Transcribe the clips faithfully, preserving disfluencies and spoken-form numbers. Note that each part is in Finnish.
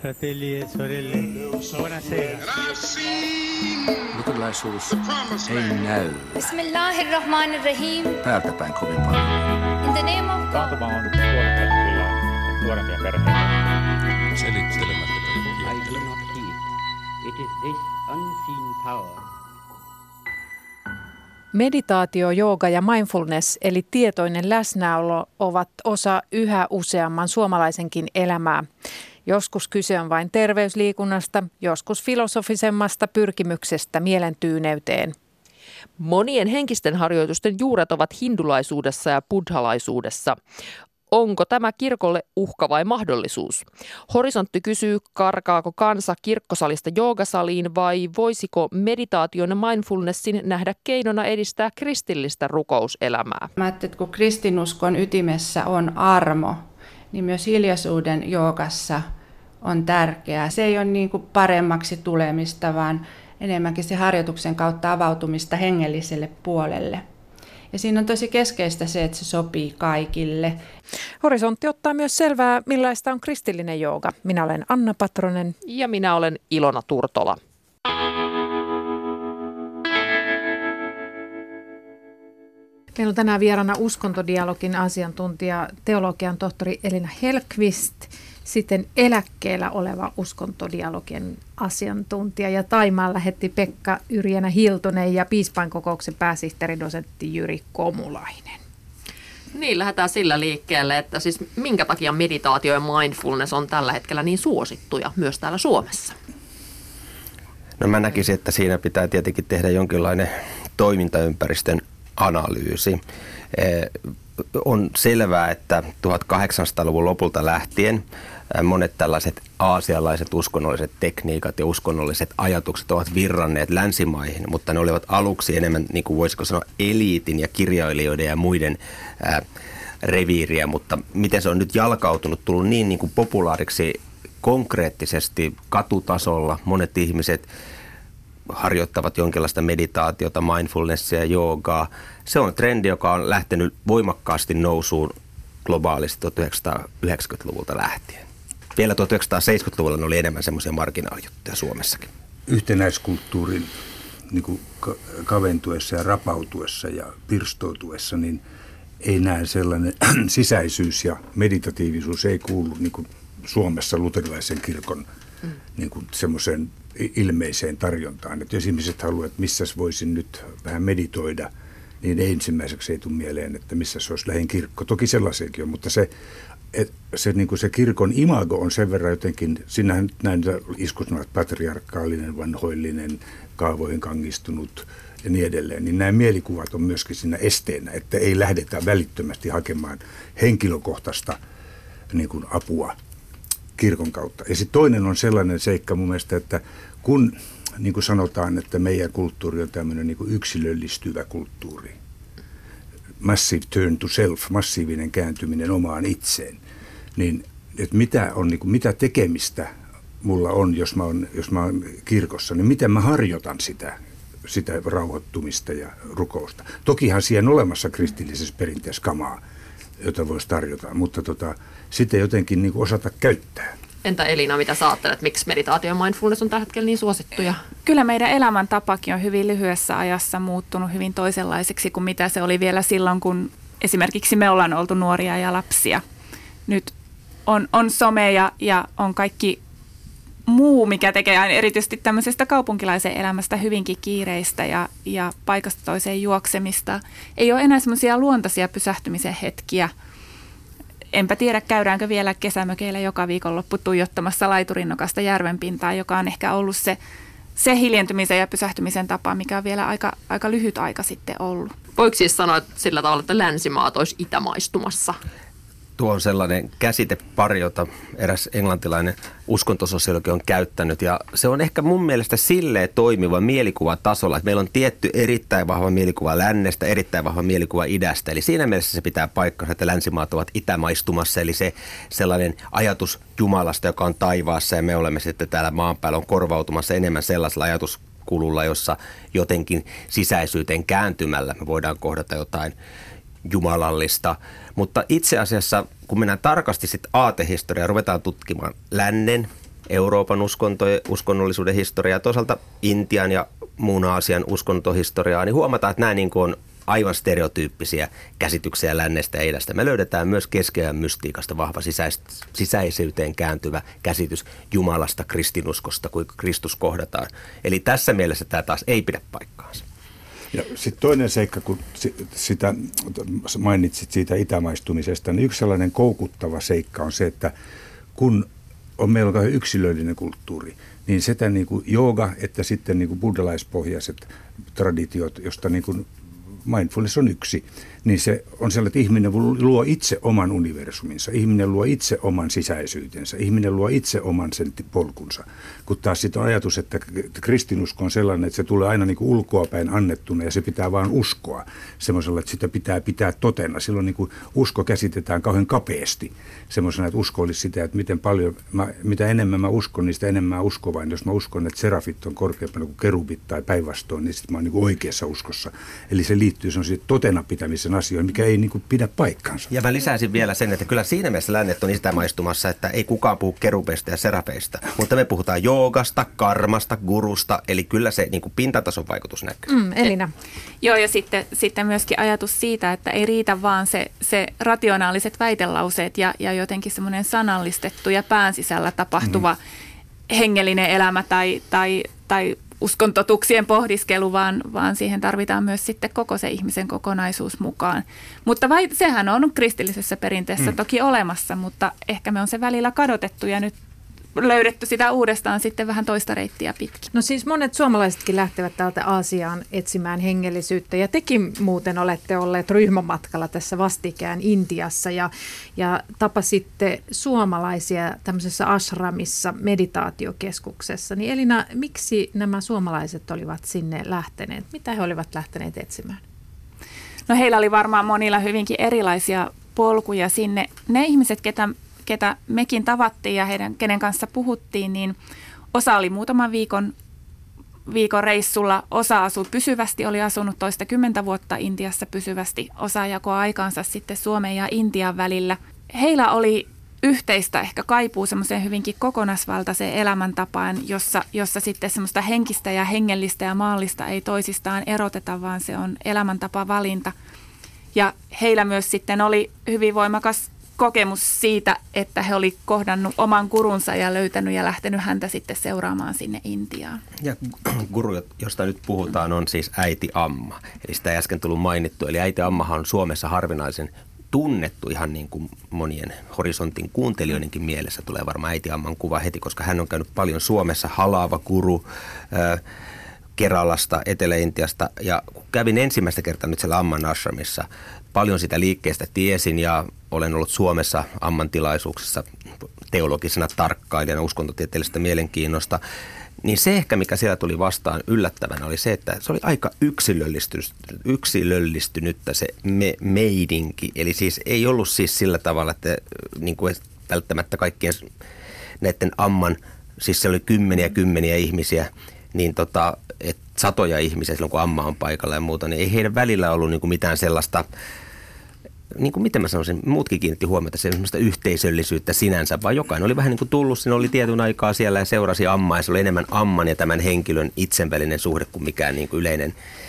Fratelli e sorelle, buonasera. Luterilaisuus ei näy Bismillahirrahmanirrahim. päältä päin kovin paljon. In the name of God. Taantuma on tuottanut kyllä nuorempia perheitä. Selittelemättä I do not heed. It is this unseen power. Meditaatio, jooga ja mindfulness eli tietoinen läsnäolo ovat osa yhä useamman suomalaisenkin elämää. Joskus kyse on vain terveysliikunnasta, joskus filosofisemmasta pyrkimyksestä mielentyyneyteen. Monien henkisten harjoitusten juuret ovat hindulaisuudessa ja buddhalaisuudessa. Onko tämä kirkolle uhka vai mahdollisuus? Horisontti kysyy, karkaako kansa kirkkosalista joogasaliin vai voisiko meditaation ja mindfulnessin nähdä keinona edistää kristillistä rukouselämää? Mä ajattelin, että kun kristinuskon ytimessä on armo, niin myös hiljaisuuden joogassa on tärkeää. Se ei ole niin kuin paremmaksi tulemista, vaan enemmänkin se harjoituksen kautta avautumista hengelliselle puolelle. Ja siinä on tosi keskeistä se, että se sopii kaikille. Horisontti ottaa myös selvää, millaista on kristillinen jooga. Minä olen Anna Patronen. Ja minä olen Ilona Turtola. Meillä on tänään vieraana uskontodialogin asiantuntija, teologian tohtori Elina Hellqvist, sitten eläkkeellä oleva uskontodialogin asiantuntija ja Taimaan lähetti Pekka Yrjänä Hiltonen ja piispainkokouksen pääsihteeridosentti Jyri Komulainen. Niin, lähdetään sillä liikkeelle, että siis minkä takia meditaatio ja mindfulness on tällä hetkellä niin suosittuja myös täällä Suomessa? No mä näkisin, että siinä pitää tietenkin tehdä jonkinlainen toimintaympäristön analyysi. On selvää, että tuhatkahdeksansataaluvun lopulta lähtien monet tällaiset aasialaiset uskonnolliset tekniikat ja uskonnolliset ajatukset ovat virranneet länsimaihin, mutta ne olivat aluksi enemmän, niin kuin voisiko sanoa, eliitin ja kirjailijoiden ja muiden ää, reviiriä, mutta miten se on nyt jalkautunut, tullut niin, niin kuin populaariksi konkreettisesti katutasolla. Monet ihmiset harjoittavat jonkinlaista meditaatiota, mindfulnessia ja joogaa. Se on trendi, joka on lähtenyt voimakkaasti nousuun globaalisti tuhatyhdeksänsataayhdeksänkymmentäluvulta lähtien. Vielä tuhatyhdeksänsataaseitsemänkymmentäluvulla ne oli enemmän semmoisia marginaalijuttuja Suomessakin. Yhtenäiskulttuurin niin kuin kaventuessa ja rapautuessa ja pirstoutuessa, niin ei näe sellainen sisäisyys ja meditatiivisuus ei kuulu niin kuin Suomessa luterilaisen kirkon niin kuin semmoiseen ilmeiseen tarjontaan. Että jos ihmiset haluavat, että missäs voisin nyt vähän meditoida, niin ensimmäiseksi ei tule mieleen, että missäs olisi lähin kirkko. Toki sellaisenkin on, mutta se, et, se, niin kuin se kirkon imago on sen verran jotenkin, sinähän näin iskusanat patriarkaalinen, vanhoillinen, kaavoihin kangistunut ja niin edelleen, niin nämä mielikuvat on myöskin siinä esteenä, että ei lähdetä välittömästi hakemaan henkilökohtaista niin kuin apua kirkon kautta. Ja sitten toinen on sellainen seikka mun mielestä, että kun niin kuin sanotaan, että meidän kulttuuri on tämmöinen niin kuin yksilöllistyvä kulttuuri, massive turn to self, massiivinen kääntyminen omaan itseen, niin että mitä, on, niin kuin, mitä tekemistä mulla on, jos mä oon, jos mä oon kirkossa, niin miten mä harjoitan sitä, sitä rauhoittumista ja rukousta. Tokihan siihen on olemassa kristillisessä perinteessä kamaa, jota voisi tarjota, mutta tota, sitten jotenkin niin kuin osata käyttää. Entä Elina, mitä sä ajattelet, miksi meditaatio ja mindfulness on tällä hetkellä niin suosittuja? Kyllä meidän elämäntapakin on hyvin lyhyessä ajassa muuttunut hyvin toisenlaiseksi kuin mitä se oli vielä silloin, kun esimerkiksi me ollaan oltu nuoria ja lapsia. Nyt on, on some ja, ja on kaikki muu, mikä tekee erityisesti tämmöisestä kaupunkilaisen elämästä hyvinkin kiireistä ja, ja paikasta toiseen juoksemista. Ei ole enää semmoisia luontaisia pysähtymisen hetkiä. Enpä tiedä, käydäänkö vielä kesämökeillä joka viikonloppu tuijottamassa laiturinnokasta järvenpintaa, joka on ehkä ollut se, se hiljentymisen ja pysähtymisen tapa, mikä on vielä aika, aika lyhyt aika sitten ollut. Voiko siis sanoa että sillä tavalla, että länsimaat olisi itämaistumassa? Tuo on sellainen käsitepari, jota eräs englantilainen uskontososiologi on käyttänyt, ja se on ehkä mun mielestä silleen toimiva mielikuva tasolla, että meillä on tietty erittäin vahva mielikuva lännestä, erittäin vahva mielikuva idästä, eli siinä mielessä se pitää paikkansa, että länsimaat ovat itämaistumassa, eli se sellainen ajatus Jumalasta, joka on taivaassa, ja me olemme sitten täällä maan päällä on korvautumassa enemmän sellaisella ajatuskululla, jossa jotenkin sisäisyyteen kääntymällä me voidaan kohdata jotain jumalallista. Mutta itse asiassa, kun mennään tarkasti sitten aatehistoriaa, ruvetaan tutkimaan lännen Euroopan uskonto, uskonnollisuuden historiaa, toisaalta Intian ja muun Aasian uskontohistoriaa, niin huomataan, että nämä niin kuin on aivan stereotyyppisiä käsityksiä lännestä ja idästä. Me löydetään myös keskiajan mystiikasta vahva sisäis- sisäisyyteen kääntyvä käsitys Jumalasta, kristinuskosta, kuinka Kristus kohdataan. Eli tässä mielessä tämä taas ei pidä paikkaansa. Ja sitten toinen seikka, kun sitä mainitsit siitä itämaistumisesta, niin yksi sellainen koukuttava seikka on se, että kun on meillä on yksilöllinen kulttuuri, niin sekä niin kuin jooga että sitten niin kuin buddhalaispohjaiset traditiot, josta niin kuin mindfulness on yksi, niin se on sellainen, että ihminen luo itse oman universuminsa, ihminen luo itse oman sisäisyytensä, ihminen luo itse oman sen polkunsa. Kun taas sitten on ajatus, että kristinusko on sellainen, että se tulee aina niin kuin ulkoapäin annettuna ja se pitää vaan uskoa semmoisella, että sitä pitää pitää totena. Silloin niin kuin usko käsitetään kauhean kapeasti semmoisena, että usko olisi sitä, että miten paljon, mä, mitä enemmän mä uskon, niin sitä enemmän mä uskon vain. Jos mä uskon, että serafit on korkeampana kuin kerubit tai päinvastoin, niin sitten mä oon niin kuin oikeassa uskossa. Eli se liittyy semmoisiin totena pitämisen asioihin, mikä ei niin kuin pidä paikkaansa. Ja mä lisäisin vielä sen, että kyllä siinä mielessä lännet on itämaistumassa, että ei kukaan puhu kerubeista ja serafeista, mutta me puhutaan joogasta, karmasta, gurusta, eli kyllä se niin kuin pintatason vaikutus näkyy. Mm, Elina. Joo, ja sitten, sitten myöskin ajatus siitä, että ei riitä vaan se, se rationaaliset väitelauseet ja, ja jotenkin semmoinen sanallistettu ja pään sisällä tapahtuva mm-hmm. hengellinen elämä tai, tai, tai uskontotuksien pohdiskelu, vaan, vaan siihen tarvitaan myös sitten koko se ihmisen kokonaisuus mukaan. Mutta vai, sehän on kristillisessä perinteessä mm. toki olemassa, mutta ehkä me on se välillä kadotettu ja nyt löydetty sitä uudestaan sitten vähän toista reittiä pitkin. No siis monet suomalaisetkin lähtevät täältä Aasiaan etsimään hengellisyyttä ja tekin muuten olette olleet ryhmämatkalla tässä vastikään Intiassa ja, ja tapasitte suomalaisia tämmöisessä ashramissa meditaatiokeskuksessa. Niin Elina, miksi nämä suomalaiset olivat sinne lähteneet? Mitä he olivat lähteneet etsimään? No heillä oli varmaan monilla hyvinkin erilaisia polkuja sinne. Ne ihmiset, ketä ketä mekin tavattiin ja heidän, kenen kanssa puhuttiin, niin osa oli muutaman viikon, viikon reissulla, osa asui pysyvästi, oli asunut toista kymmentä vuotta Intiassa pysyvästi, osa jakoi aikaansa sitten Suomen ja Intian välillä. Heillä oli yhteistä ehkä kaipuu semmoiseen hyvinkin kokonaisvaltaiseen elämäntapaan, jossa, jossa sitten semmoista henkistä ja hengellistä ja maallista ei toisistaan eroteta, vaan se on elämäntapa valinta. Ja heillä myös sitten oli hyvin voimakas kokemus siitä, että he oli kohdannut oman gurunsa ja löytänyt ja lähtenyt häntä sitten seuraamaan sinne Intiaan. Ja guru, josta nyt puhutaan, on siis äiti Amma. Eli sitä ei äsken tullut mainittu. Eli äiti Ammahan on Suomessa harvinaisen tunnettu ihan niin kuin monien Horisontin kuuntelijoidenkin mielessä tulee varmaan äiti Amman kuva heti, koska hän on käynyt paljon Suomessa, halaava guru, äh, Keralasta, Etelä-Intiasta. Ja kun kävin ensimmäistä kertaa nyt siellä Amman ashramissa, paljon sitä liikkeestä tiesin ja olen ollut Suomessa Amman tilaisuuksissa teologisena tarkkailijana uskontotieteellisestä mielenkiinnosta. Niin se ehkä, mikä siellä tuli vastaan yllättävänä, oli se, että se oli aika yksilöllistynyt, yksilöllistynyttä se me, meidinki. Eli siis ei ollut siis sillä tavalla, että niin kuin välttämättä kaikkien näiden Amman, siis se oli kymmeniä kymmeniä ihmisiä, niin tota, et satoja ihmisiä silloin, kun Amma on paikalla ja muuta, niin ei heidän välillä ollut niin kuin mitään sellaista, niin kuin miten mä sanoisin, muutkin kiinnitti huomiota sellaista yhteisöllisyyttä sinänsä, vaan jokainen oli vähän niin kuin tullut, siinä oli tietyn aikaa siellä ja seurasi Ammaa, ja se oli enemmän Amman ja tämän henkilön itsenvälinen suhde kuin mikään niin kuin yleinen.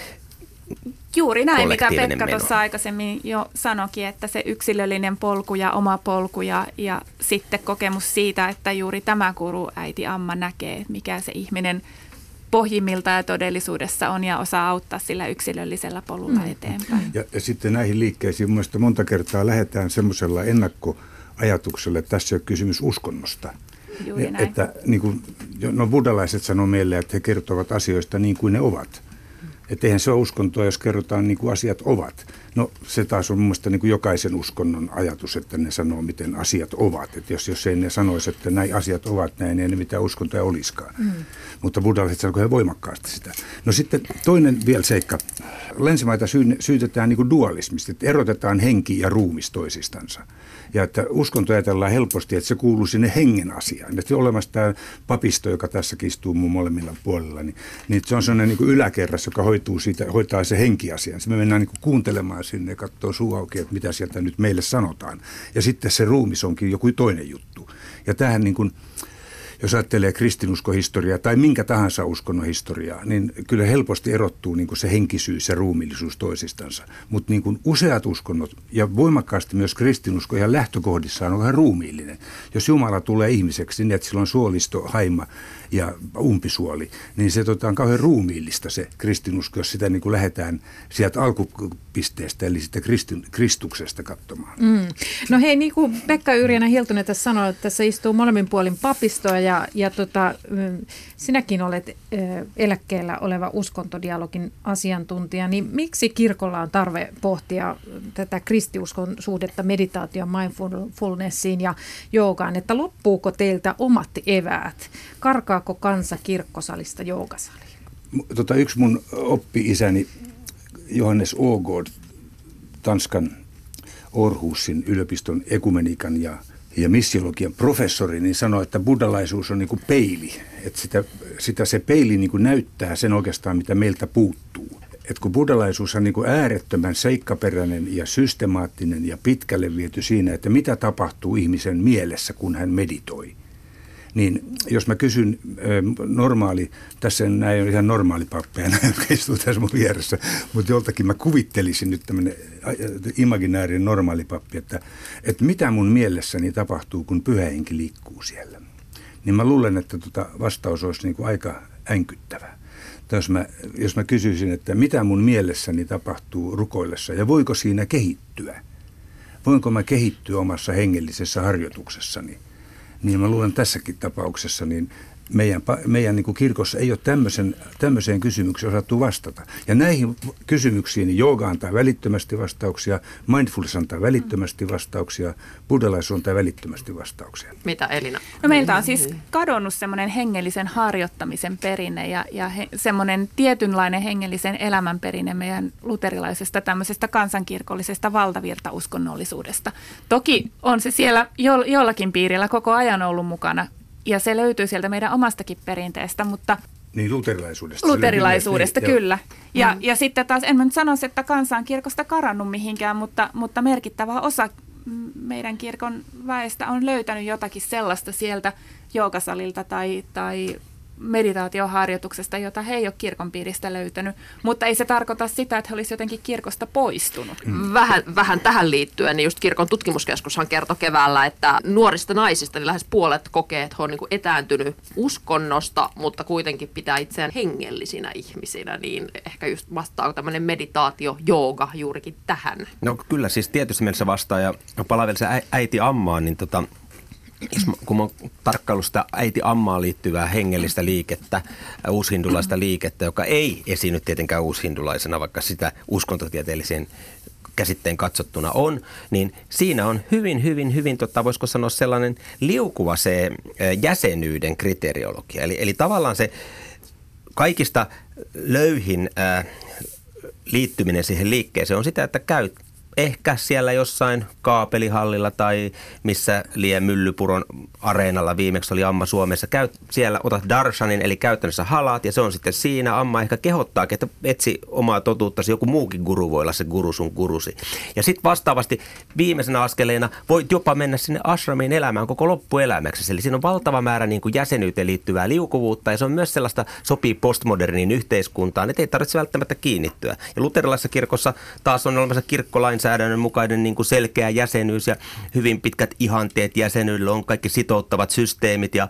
Juuri näin, mitä Pekka tuossa aikaisemmin jo sanoikin, että se yksilöllinen polku ja oma polku ja, ja sitten kokemus siitä, että juuri tämä guru äiti Amma näkee, mikä se ihminen pohjimmilta ja todellisuudessa on ja osaa auttaa sillä yksilöllisellä polulla mm. eteenpäin. Ja, ja sitten näihin liikkeisiin mielestäni monta kertaa lähdetään semmoisella ennakkoajatuksella, että tässä ei ole kysymys uskonnosta. Juuri näin. Että niin kuin, no buddhalaiset sanoo meille, että he kertovat asioista niin kuin ne ovat. Että eihän se ole uskontoa, jos kerrotaan niin kuin asiat ovat. No se taas on mun mielestä niin kuin jokaisen uskonnon ajatus, että ne sanoo, miten asiat ovat. Että jos, jos ei ne sanoisi, että näin asiat ovat näin, niin ei ne mitään uskontoja olisikaan. Mm. Mutta buddhalaiset sanoo he voimakkaasti sitä. No sitten toinen vielä seikka. Länsimaita syy, syytetään niin kuin dualismista, että erotetaan henki ja ruumis toisistansa. Ja että uskonto ajatellaan helposti, että se kuuluu sinne hengen asiaan. Että olemassa tämä papisto, joka tässäkin istuu mun molemmilla puolella, niin, niin se on sellainen niin kuin yläkerras, joka hoituu siitä, hoitaa se henkiasian. Me mennään niin kuin kuuntelemaan sinne ja katsoo suu auki, että mitä sieltä nyt meille sanotaan. Ja sitten se ruumis onkin joku toinen juttu. Ja tämähän niin kuin, jos ajattelee kristinuskohistoriaa tai minkä tahansa uskonnon historiaa, niin kyllä helposti erottuu niin kuin se henkisyys ja ruumiillisuus toisistansa. Mutta niin kuin useat uskonnot ja voimakkaasti myös kristinusko ihan lähtökohdissaan on vähän ruumiillinen. Jos Jumala tulee ihmiseksi niin, että sillä on suolisto, haima ja umpisuoli, niin se tota, on kauhean ruumiillista se kristinusko, jos sitä niin kuin lähdetään sieltä alkupisteestä, eli sitä Kristuksesta katsomaan. Mm. No hei, niin kuin Pekka Yrjänä-Hiltunen tässä sanoi, että tässä istuu molemmin puolin papistoa ja, ja tota, sinäkin olet eläkkeellä oleva uskontodialogin asiantuntija, niin miksi kirkolla on tarve pohtia tätä kristiuskon suhdetta meditaation, mindfulnessiin ja joogaan, että loppuuko teiltä omat eväät? Karkaako kansa kirkkosalista joogasaliin? Tota, yksi mun oppi-isäni Johannes Ågård, Tanskan Århusin yliopiston ekumenikan ja, ja missiologian professori, niin sanoi, että buddhalaisuus on niin kuin peili. Että sitä, sitä se peili niin kuin näyttää sen oikeastaan, mitä meiltä puuttuu. Et kun buddhalaisuus on niin kuin äärettömän seikkaperäinen ja systemaattinen ja pitkälle viety siinä, että mitä tapahtuu ihmisen mielessä, kun hän meditoi. Niin jos mä kysyn normaali, tässä näin on ihan normaali pappeja, näin istuu tässä mun vieressä, mutta joltakin mä kuvittelisin nyt tämmöinen imaginäärinen normaali pappi, että, että mitä mun mielessäni tapahtuu, kun pyhä henki liikkuu siellä. Niin mä luulen, että tota vastaus olisi niin kuin aika änkyttävä. Jos mä, jos mä kysyisin, että mitä mun mielessäni tapahtuu rukoillessa ja voiko siinä kehittyä, voinko mä kehittyä omassa hengellisessä harjoituksessani, niin mä luulen tässäkin tapauksessa, niin meidän, meidän niin kuin kirkossa ei ole tämmöisen, tämmöiseen kysymykseen osattu vastata. Ja näihin kysymyksiin niin jooga antaa välittömästi vastauksia, mindfulness antaa välittömästi vastauksia, buddhalaisuus antaa välittömästi vastauksia. Mitä Elina? No meiltä on siis kadonnut semmoinen hengellisen harjoittamisen perinne ja, ja he, semmoinen tietynlainen hengellisen elämän perinne meidän luterilaisesta tämmöisestä kansankirkollisesta valtavirtauskonnollisuudesta. Toki on se siellä jo, jollakin piirillä koko ajan ollut mukana. Ja se löytyy sieltä meidän omastakin perinteestä, mutta... Niin, luterilaisuudesta. Luterilaisuudesta, niin, kyllä. Ja, Mm. ja sitten taas, en mä nyt sanoisi, että kansa on kirkosta karannut mihinkään, mutta, mutta merkittävä osa meidän kirkon väestä on löytänyt jotakin sellaista sieltä joogasalilta tai, tai meditaatioharjoituksesta, jota he ei ole kirkon piiristä löytänyt, mutta ei se tarkoita sitä, että he olisivat jotenkin kirkosta poistunut. Mm. Vähän, vähän tähän liittyen, niin just kirkon tutkimuskeskushan kertoi keväällä, että nuorista naisista niin lähes puolet kokee, että he on niin kuin etääntynyt uskonnosta, mutta kuitenkin pitää itseään hengellisinä ihmisinä, niin ehkä just vastaako tämmöinen meditaatio, jooga juurikin tähän? No kyllä siis tietysti mielessä vastaa, ja palaan vielä se äiti Ammaan, niin tota, kun mä oon tarkkaillut sitä äiti Ammaan liittyvää hengellistä liikettä, uushindulaista liikettä, joka ei esiinny tietenkään uushindulaisena, vaikka sitä uskontotieteellisen käsitteen katsottuna on, niin siinä on hyvin, hyvin, hyvin, tota, voisiko sanoa sellainen liukuva se jäsenyyden kriteeriologia. Eli, eli tavallaan se kaikista löyhin ää, liittyminen siihen liikkeeseen on sitä, että käyt ehkä siellä jossain kaapelihallilla tai missä lie Myllypuron areenalla viimeksi oli Amma Suomessa. Käyt siellä, otat darshanin eli käytännössä halat ja se on sitten siinä. Amma ehkä kehottaakin, että etsi omaa totuuttasi. Joku muukin guru voi olla se guru sun gurusi. Ja sitten vastaavasti viimeisenä askeleena voit jopa mennä sinne ashramiin elämään koko loppuelämäksi. Eli siinä on valtava määrä niin kuin jäsenyyteen liittyvää liukuvuutta ja se on myös sellaista sopii postmoderniin yhteiskuntaan, että ei tarvitse välttämättä kiinnittyä. Ja luterilaisessa kirkossa taas on olemassa kirkkolain säädännön mukainen niin kuin selkeä jäsenyys ja hyvin pitkät ihanteet jäsenyydelle, on kaikki sitouttavat systeemit ja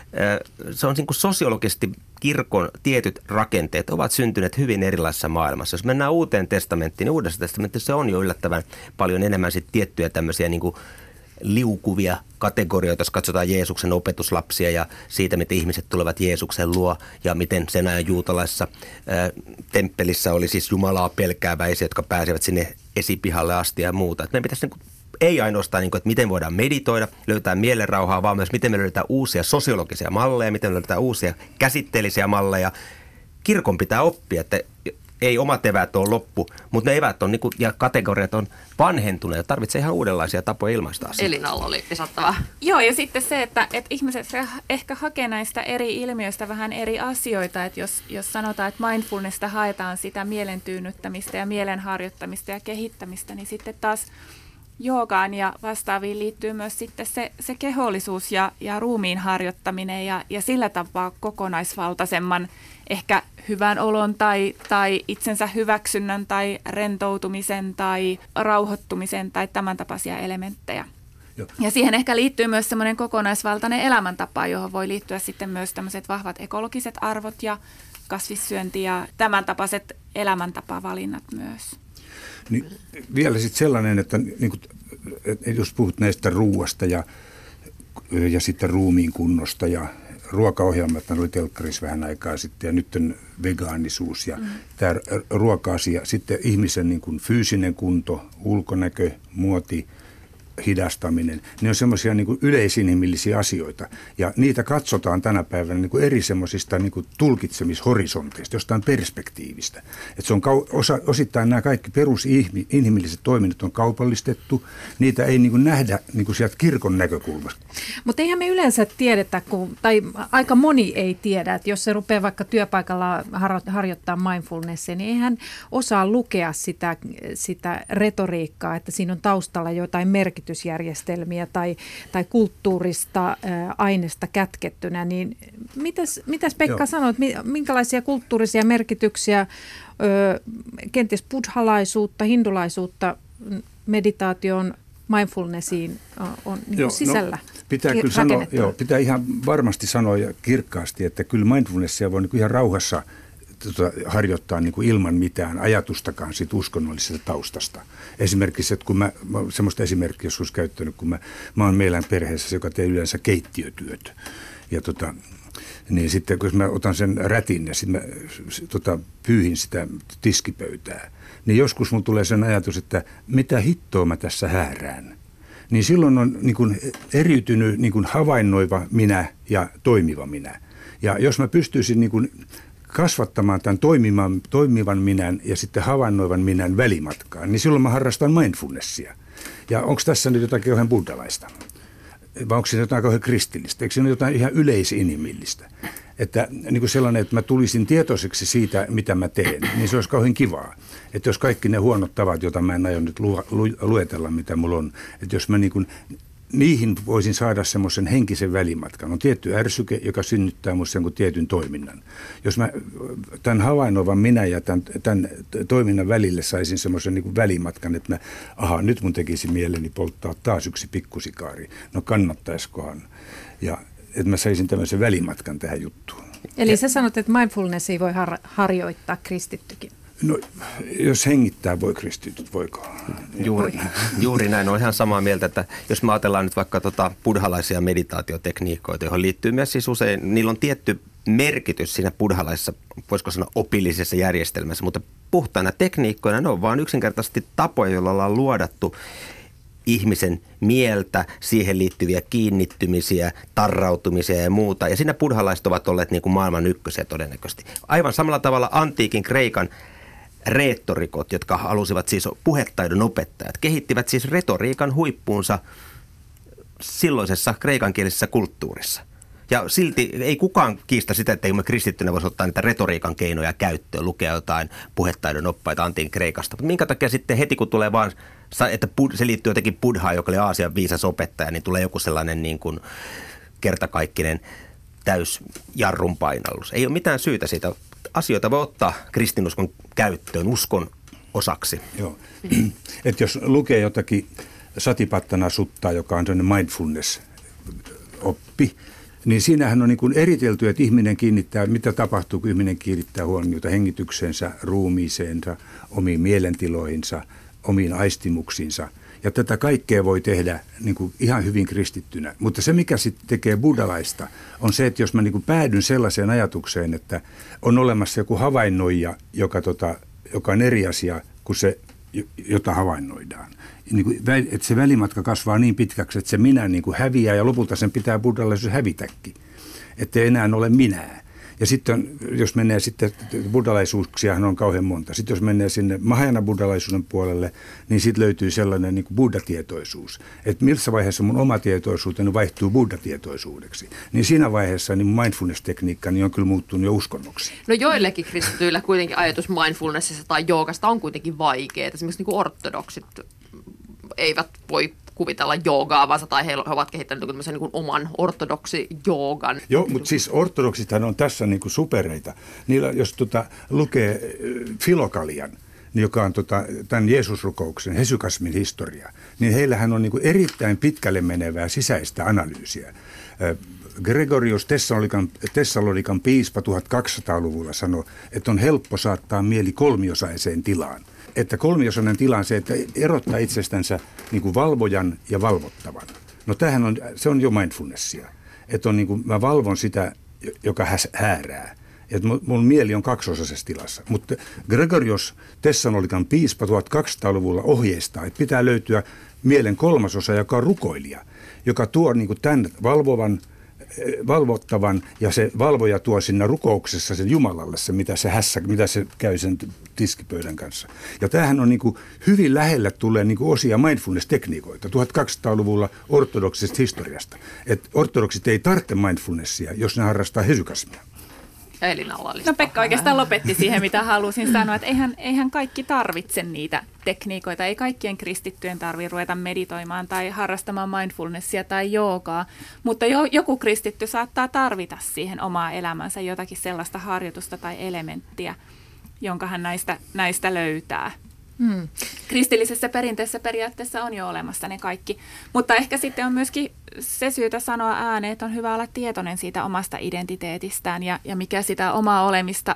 se on niin kuin sosiologisesti kirkon tietyt rakenteet ovat syntyneet hyvin erilaisessa maailmassa. Jos mennään Uuteen testamenttiin, niin Uudessa testamentissa on jo yllättävän paljon enemmän sit tiettyjä tämmöisiä niin kuin liukuvia kategorioita, jos katsotaan Jeesuksen opetuslapsia ja siitä, miten ihmiset tulevat Jeesuksen luo ja miten sen ajan juutalaisessa ää, temppelissä oli siis Jumalaa pelkääväisiä, jotka pääsevät sinne esipihalle asti ja muuta. Et meidän pitäisi niin kuin, ei ainoastaan, niin kuin, että miten voidaan meditoida, löytää mielenrauhaa, vaan myös miten me löydetään uusia sosiologisia malleja, miten me löydetään uusia käsitteellisiä malleja. Kirkon pitää oppia, että ei omat eväät ole loppu, mutta ne eväät on, niin kuin, ja kategoriat on vanhentuneet ja tarvitsee ihan uudenlaisia tapoja ilmaista asioita. Elinalla oli lisättävää. Joo, ja sitten se, että, että ihmiset ehkä hakee näistä eri ilmiöistä vähän eri asioita, että jos, jos sanotaan, että mindfulnessista haetaan sitä mielen tyynnyttämistä ja mielen harjoittamista ja kehittämistä, niin sitten taas joogaan ja vastaaviin liittyy myös sitten se, se kehollisuus ja, ja ruumiin harjoittaminen ja, ja sillä tapaa kokonaisvaltaisemman ehkä hyvän olon tai, tai itsensä hyväksynnän tai rentoutumisen tai rauhoittumisen tai tämän tapaisia elementtejä. Joo. Ja siihen ehkä liittyy myös semmoinen kokonaisvaltainen elämäntapa, johon voi liittyä sitten myös tämmöiset vahvat ekologiset arvot ja kasvissyönti ja tämän tapaiset elämäntapavalinnat myös. Niin, vielä sitten sellainen, että, niin kuin, että jos puhut näistä ruuasta ja, ja sitten ruumiin kunnosta ja ruokaohjelmat oli telkkarissa vähän aikaa sitten ja nyt on vegaanisuus ja mm. tämä ruoka-asia, sitten ihmisen niin kuin fyysinen kunto, ulkonäkö, muoti, hidastaminen, ne on semmoisia niin kuin yleisinhimillisiä asioita ja niitä katsotaan tänä päivänä niin kuin eri semmoisista niin kuin tulkitsemishorisonteista, jostain perspektiivistä. Et se on kau- osa, osittain nämä kaikki perusinhimilliset toiminnot on kaupallistettu, niitä ei niin kuin nähdä niin kuin sieltä kirkon näkökulmasta. Mutta eihän me yleensä tiedetä, kun, tai aika moni ei tiedä, että jos se rupeaa vaikka työpaikalla harjoittaa mindfulnessia, niin eihän osaa lukea sitä, sitä retoriikkaa, että siinä on taustalla jotain merkitystä, järjestelmiä tai, tai kulttuurista ää, aineesta kätkettynä, niin mitäs, mitäs Pekka Joo. sanoit, minkälaisia kulttuurisia merkityksiä ö, kenties buddhalaisuutta, hindulaisuutta, meditaation, mindfulnessiin on niin joo, sisällä no, pitää kyllä sanoa, joo, pitää ihan varmasti sanoa ja kirkkaasti, että kyllä mindfulnessia voi niin ihan rauhassa Tota, harjoittaa niin kuin ilman mitään ajatustakaan siitä uskonnollisesta taustasta. Esimerkiksi, että kun mä, mä semmoista esimerkkiä joskus käyttänyt, kun mä, mä oon meidän perheessä, joka tee yleensä keittiötyöt. Ja tota, niin sitten kun mä otan sen rätin ja sitten mä tota, pyyhin sitä tiskipöytää, niin joskus mun tulee sen ajatus, että mitä hittoa mä tässä häärään. Niin silloin on niin kuin eriytynyt niin kuin havainnoiva minä ja toimiva minä. Ja jos mä pystyisin niin kuin kasvattamaan tämän toimivan, toimivan minän ja sitten havainnoivan minän välimatkaan, niin silloin mä harrastan mindfulnessia. Ja onko tässä nyt jotakin ihan buddhalaista? Vai onko se jotain kauhean kristillistä? Eikö se ole jotain ihan yleisinhimillistä? Että niin kuin sellainen, että mä tulisin tietoiseksi siitä, mitä mä teen, niin se olisi kauhean kivaa. Että jos kaikki ne huonot tavat, joita mä en aio nyt lu- lu- luetella, mitä mulla on, että jos mä niin kuin niihin voisin saada semmoisen henkisen välimatkan. On tietty ärsyke, joka synnyttää musta jonkun tietyn toiminnan. Jos mä tämän havainnoivan minä ja tämän, tämän toiminnan välille saisin semmoisen niin kuin välimatkan, että mä, aha, nyt mun tekisi mieleni polttaa taas yksi pikkusikaari. No kannattaisikohan? Ja että mä saisin tämmöisen välimatkan tähän juttuun. Eli sä sanot, että mindfulnessia voi har- harjoittaa kristittykin. No, jos hengittää, voi kristityt, voiko? Juuri, juuri näin. Olen ihan samaa mieltä, että jos me ajatellaan nyt vaikka tota buddhalaisia meditaatiotekniikoita, johon liittyy myös siis usein, niillä on tietty merkitys siinä buddhalaisessa, voisiko sanoa opillisessa järjestelmässä, mutta puhtaana tekniikkoina ne on vaan yksinkertaisesti tapoja, joilla ollaan luodattu ihmisen mieltä, siihen liittyviä kiinnittymisiä, tarrautumisia ja muuta. Ja siinä buddhalaiset ovat olleet niin kuin maailman ykkösiä todennäköisesti. Aivan samalla tavalla antiikin Kreikan reettorikot, jotka halusivat siis puhetaidon opettajat, kehittivät siis retoriikan huippuunsa silloisessa kreikankielisessä kulttuurissa. Ja silti ei kukaan kiistä sitä, että me kristittynä voisi ottaa niitä retoriikan keinoja käyttöön, lukea jotain puhetaidon oppaita antiikin Kreikasta. Mutta minkä takia sitten heti, kun tulee vaan, että se liittyy jotenkin Buddhaan, joka oli Aasian viisas opettaja, niin tulee joku sellainen niin kuin kertakaikkinen täysjarrun painallus. Ei ole mitään syytä siitä. Asioita voi ottaa kristinuskon käyttöön uskon osaksi. Joo. Että jos lukee jotakin Satipatthana Suttaa, joka on sellainen mindfulness-oppi, niin siinähän on niin kuin eritelty, että ihminen kiinnittää, mitä tapahtuu, kun ihminen kiinnittää huomiota hengitykseensä, ruumiiseensa, omiin mielentiloihinsa, omiin aistimuksiinsa. Ja tätä kaikkea voi tehdä niin kuin ihan hyvin kristittynä. Mutta se, mikä sitten tekee buddhalaista, on se, että jos mä niin kuin päädyn sellaiseen ajatukseen, että on olemassa joku havainnoija, joka, tota, joka on eri asia kuin se, jota havainnoidaan. Niin kuin, että se välimatka kasvaa niin pitkäksi, että se minä niin kuin häviää ja lopulta sen pitää buddhalaisuus hävitäkin. Että ei enää ole minää. Ja sitten jos menee sitten, buddhalaisuuksiahan on kauhean monta. Sitten jos menee sinne Mahayana buddhalaisuuden puolelle, niin sitten löytyy sellainen niin kuin buddha-tietoisuus. Että missä vaiheessa mun oma tietoisuuteni vaihtuu buddha-tietoisuudeksi. Niin siinä vaiheessa niin mindfulness-tekniikka niin on kyllä muuttunut jo uskonnoksi. No joillekin kristityillä kuitenkin ajatus mindfulnessista tai joogasta on kuitenkin vaikeaa. Esimerkiksi niin kuin ortodoksit eivät voi kuvitella joogaavansa tai he ovat kehittäneet niin kuin oman ortodoksi joogan. Joo, mutta siis ortodoksithan on tässä niin kuin supereita. Niillä, jos tota, lukee Filokalian, joka on tota, tämän Jeesusrukouksen, Hesykasmin historia, niin heillähän on niin kuin erittäin pitkälle menevää sisäistä analyysiä. Gregorius Thessalonikan, Thessalonikan piispa tuhatkaksisataaluvulla sanoi, että on helppo saattaa mieli kolmiosaiseen tilaan. Että kolmiosainen tila on se, että erottaa itsestänsä niin kuin valvojan ja valvottavan. No tämähän on, se on jo mindfulnessia. Että on niin kuin, mä valvon sitä, joka häärää. Että mun mieli on kaksiosaisessa tilassa. Mutta Gregorius Thessalonikan piispa tuhatkaksisataaluvulla ohjeistaa, että pitää löytyä mielen kolmasosa, joka on rukoilija, joka tuo niin kuin tämän valvovan, valvottavan, ja se valvoja tuo sinne rukouksessa sen Jumalalle se, mitä se, hässä, mitä se käy sen tiskipöydän kanssa. Ja tämähän on niin kuin hyvin lähellä tulee niin kuin osia mindfulness-tekniikoita tuhatkaksisataaluvulla ortodoksisesta historiasta. Että ortodoksit ei tarvitse mindfulnessia, jos ne harrastaa hesykasmia. No Pekka oikeastaan lopetti siihen, mitä halusin sanoa, että eihän, eihän kaikki tarvitse niitä tekniikoita. Ei kaikkien kristittyjen tarvitse ruveta meditoimaan tai harrastamaan mindfulnessia tai joogaa, mutta jo, joku kristitty saattaa tarvita siihen omaa elämänsä jotakin sellaista harjoitusta tai elementtiä, jonka hän näistä, näistä löytää. Hmm. Kristillisessä perinteessä periaatteessa on jo olemassa ne kaikki, mutta ehkä sitten on myöskin se syytä sanoa ääneen, että on hyvä olla tietoinen siitä omasta identiteetistään ja, ja mikä sitä omaa olemista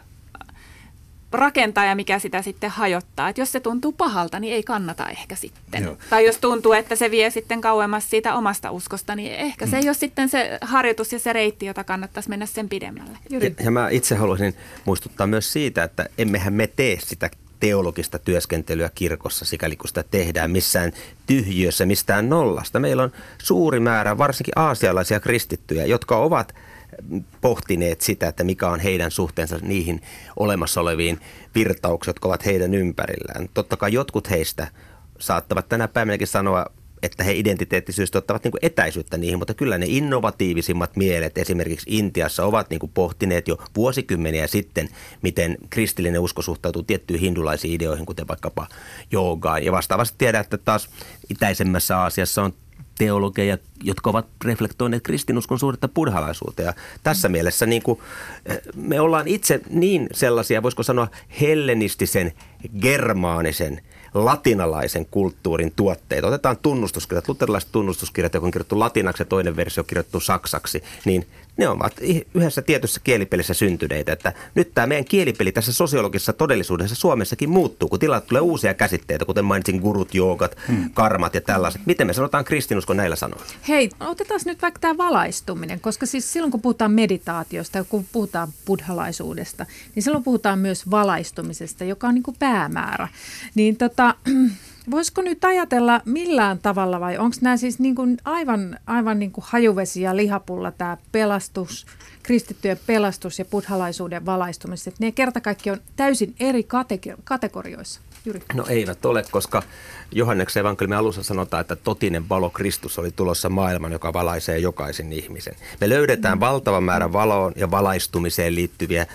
rakentaa ja mikä sitä sitten hajottaa. Että jos se tuntuu pahalta, niin ei kannata ehkä sitten. Joo. Tai jos tuntuu, että se vie sitten kauemmas siitä omasta uskosta, niin ehkä se ei ole sitten se harjoitus ja se reitti, jota kannattaisi mennä sen pidemmälle. Ja, ja mä itse haluaisin muistuttaa myös siitä, että emmehän me tee sitä teologista työskentelyä kirkossa, sikäli kun sitä tehdään missään tyhjiössä, mistään nollasta. Meillä on suuri määrä varsinkin aasialaisia kristittyjä, jotka ovat pohtineet sitä, että mikä on heidän suhteensa niihin olemassa oleviin virtauksiin, jotka ovat heidän ympärillään. Totta kai jotkut heistä saattavat tänä päivänäkin sanoa, että he identiteettisyystä ottavat niin kuin etäisyyttä niihin, mutta kyllä ne innovatiivisimmat mielet esimerkiksi Intiassa ovat niin kuin pohtineet jo vuosikymmeniä sitten, miten kristillinen usko suhtautuu tiettyihin hindulaisiin ideoihin, kuten vaikkapa joogaan. Ja vastaavasti tiedän, että taas itäisemmässä Aasiassa on teologeja, jotka ovat reflektoineet kristinuskon suhdetta buddhalaisuuteen. Ja tässä mielessä niin kuin, me ollaan itse niin sellaisia, voisiko sanoa hellenistisen, germaanisen, latinalaisen kulttuurin tuotteita. Otetaan tunnustuskirjat, luterilaiset tunnustuskirjat, joka on kirjoittu latinaksi ja toinen versio on kirjoittu saksaksi, niin ne ovat yhdessä tietyssä kielipelissä syntyneitä. Että nyt tämä meidän kielipeli tässä sosiologisessa todellisuudessa Suomessakin muuttuu, kun tilalle tulee uusia käsitteitä, kuten mainitsin gurut, joogat, hmm. karmat ja tällaiset. Miten me sanotaan kristinusko näillä sanoilla? Hei, otetaan nyt vaikka tämä valaistuminen, koska siis silloin kun puhutaan meditaatiosta ja kun puhutaan buddhalaisuudesta, niin silloin puhutaan myös valaistumisesta, joka on niin kuin päämäärä. Niin tota, voisiko nyt ajatella millään tavalla vai onko nämä siis niin kuin aivan, aivan niin kuin hajuvesi ja lihapulla tämä pelastus, kristittyjen pelastus ja buddhalaisuuden valaistumiset, että ne kerta kaikki on täysin eri kate- kategorioissa? Jyri. No eivät ole, koska Johanneksen evankeliumin alussa sanotaan, että totinen valo Kristus oli tulossa maailman, joka valaisee jokaisen ihmisen. Me löydetään mm. valtava määrä valoon ja valaistumiseen liittyviä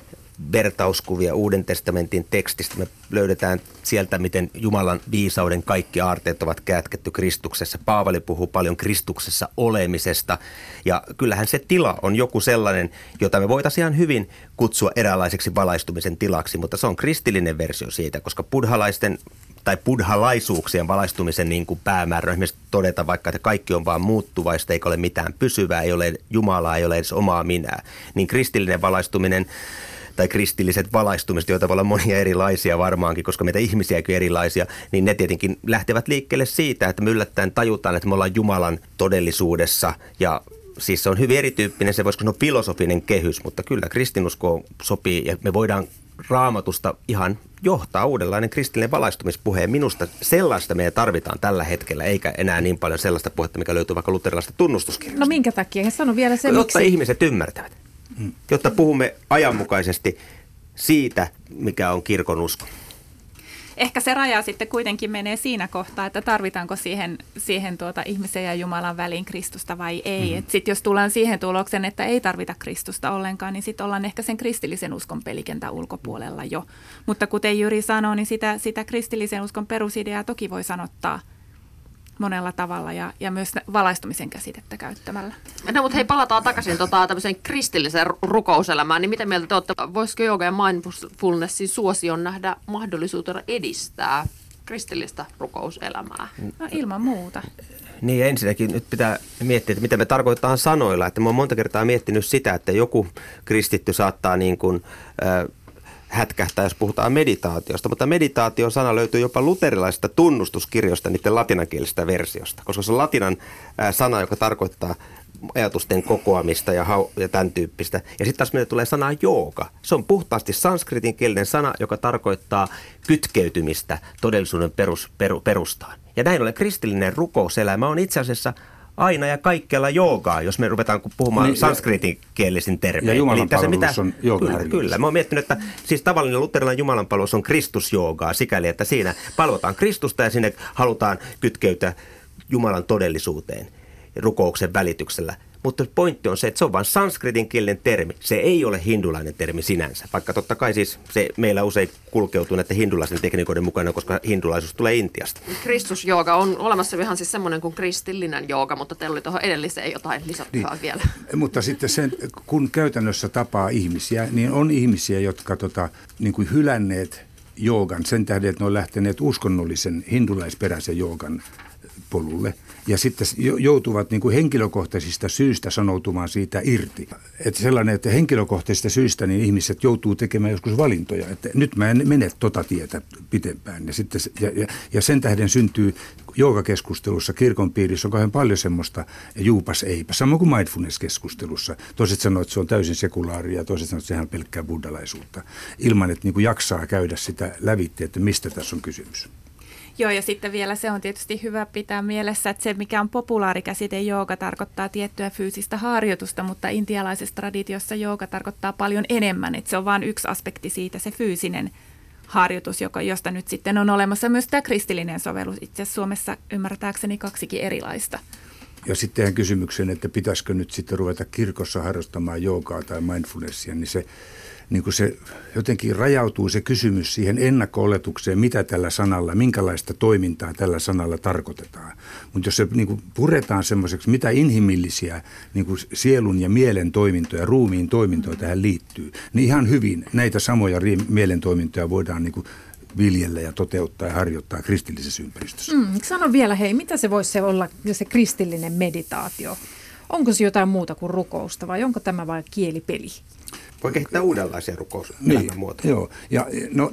vertauskuvia Uuden testamentin tekstistä. Me löydetään sieltä, miten Jumalan viisauden kaikki aarteet ovat kätketty Kristuksessa. Paavali puhuu paljon Kristuksessa olemisesta. Ja kyllähän se tila on joku sellainen, jota me voitaisiin ihan hyvin kutsua eräänlaiseksi valaistumisen tilaksi, mutta se on kristillinen versio siitä, koska buddhalaisten tai buddhalaisuuksien valaistumisen niin kuin päämäärä on esimerkiksi todeta vaikka, että kaikki on vaan muuttuvaista, eikä ole mitään pysyvää, ei ole Jumalaa, ei ole edes omaa minää. Niin kristillinen valaistuminen tai kristilliset valaistumiset, joita voi olla monia erilaisia varmaankin, koska meitä ihmisiäkin erilaisia, niin ne tietenkin lähtevät liikkeelle siitä, että me yllättäen tajutaan, että me ollaan Jumalan todellisuudessa ja siis se on hyvin erityyppinen, se voisiko sanoa filosofinen kehys, mutta kyllä kristinusko sopii ja me voidaan Raamatusta ihan johtaa uudenlainen kristillinen valaistumispuhe. Minusta sellaista meidän tarvitaan tällä hetkellä, eikä enää niin paljon sellaista puhetta, mikä löytyy vaikka luterilaisesta tunnustuskirjasta. No minkä takia? He sano vielä se, jotta miksi. ihmiset ymmärtävät. Hmm. Jotta puhumme ajanmukaisesti siitä, mikä on kirkon usko. Ehkä se raja sitten kuitenkin menee siinä kohtaa, että tarvitaanko siihen, siihen tuota ihmisen ja Jumalan väliin Kristusta vai ei. Mm-hmm. Sitten jos tullaan siihen tulokseen, että ei tarvita Kristusta ollenkaan, niin sitten ollaan ehkä sen kristillisen uskon pelikentän ulkopuolella jo. Mutta kuten Jyri sanoi, niin sitä, sitä kristillisen uskon perusideaa toki voi sanottaa monella tavalla ja, ja myös valaistumisen käsitettä käyttämällä. No, mutta hei, palataan takaisin tota, tämmöiseen kristilliseen rukouselämään. Niin miten mieltä te olette, voisiko jooga ja mindfulnessin suosion nähdä mahdollisuutena edistää kristillistä rukouselämää? No, ilman muuta. Niin, ensinnäkin nyt pitää miettiä, että mitä me tarkoitetaan sanoilla. Että mä oon monta kertaa miettinyt sitä, että joku kristitty saattaa niin kuin, äh, hätkähtää, jos puhutaan meditaatiosta, mutta meditaatio-sana löytyy jopa luterilaisesta tunnustuskirjoista, niiden latinankielisestä versiosta, koska se on latinan äh, sana, joka tarkoittaa ajatusten kokoamista ja, hau- ja tämän tyyppistä. Ja sitten taas meille tulee sana jooga. Se on puhtaasti sanskritin kielinen sana, joka tarkoittaa kytkeytymistä todellisuuden perus, peru, perustaan. Ja näin ollen kristillinen rukouselämä on itse asiassa aina ja kaikkialla joogaa, jos me ruvetaan puhumaan niin, sanskritin kielisin termein. Ja jumalanpalvelus on joogaharjoitus. Kyllä, kyllä. Mä oon miettinyt, että siis tavallinen luterilainen jumalanpalvelus on kristusjoogaa sikäli, että siinä palvotaan Kristusta ja sinne halutaan kytkeytyä Jumalan todellisuuteen rukouksen välityksellä. Mutta pointti on se, että se on vain sanskritin kielinen termi. Se ei ole hindulainen termi sinänsä, vaikka totta kai siis se meillä usein kulkeutuu näiden hindulaisen tekniikoiden mukana, koska hindulaisuus tulee Intiasta. Kristusjooga on olemassa ihan siis semmoinen kuin kristillinen jooga, mutta teillä oli tuohon edelliseen jotain lisättävää niin, vielä. Mutta sitten sen, kun käytännössä tapaa ihmisiä, niin on ihmisiä, jotka tota, niin kuin hylänneet joogan sen tähden, että ne on lähteneet uskonnollisen hindulaisperäisen joogan polulle. Ja sitten joutuvat niin kuin henkilökohtaisista syistä sanoutumaan siitä irti. Että sellainen, että henkilökohtaisista syistä niin ihmiset joutuu tekemään joskus valintoja. Että nyt mä en mene tota tietä pitempään. Ja, sitten, ja, ja, ja sen tähden syntyy joogakeskustelussa, kirkon piirissä on kauhean paljon semmoista juupas eipä. Samoin kuin mindfulness-keskustelussa. Toiset sanoo, että se on täysin sekulaaria ja toiset sanoo, että sehän on pelkkää buddhalaisuutta. Ilman, että niin kuin jaksaa käydä sitä lävitse, että mistä tässä on kysymys. Joo, ja sitten vielä se on tietysti hyvä pitää mielessä, että se mikä on populaarikäsite jooga tarkoittaa tiettyä fyysistä harjoitusta, mutta intialaisessa traditiossa jooga tarkoittaa paljon enemmän, että se on vain yksi aspekti siitä, se fyysinen harjoitus, joka, josta nyt sitten on olemassa myös tämä kristillinen sovellus. Itse asiassa Suomessa ymmärtääkseni kaksikin erilaista. Ja sitten tähän kysymykseen, että pitäisikö nyt sitten ruveta kirkossa harrastamaan joogaa tai mindfulnessia, niin se niin kuin se jotenkin rajautuu se kysymys siihen ennakko-oletukseen, mitä tällä sanalla, minkälaista toimintaa tällä sanalla tarkoitetaan. Mutta jos se niin kuin puretaan semmoiseksi, mitä inhimillisiä niin kuin sielun ja mielen toimintoja, ruumiin toimintoja tähän liittyy, niin ihan hyvin näitä samoja mielen toimintoja voidaan niin kuin viljellä ja toteuttaa ja harjoittaa kristillisessä ympäristössä. Mm, sano vielä, hei, mitä se voisi olla se kristillinen meditaatio? Onko se jotain muuta kuin rukousta vai onko tämä vain kielipeli? Voi kehittää uudenlaisia rukouselämänmuotoja. Niin, joo, ja no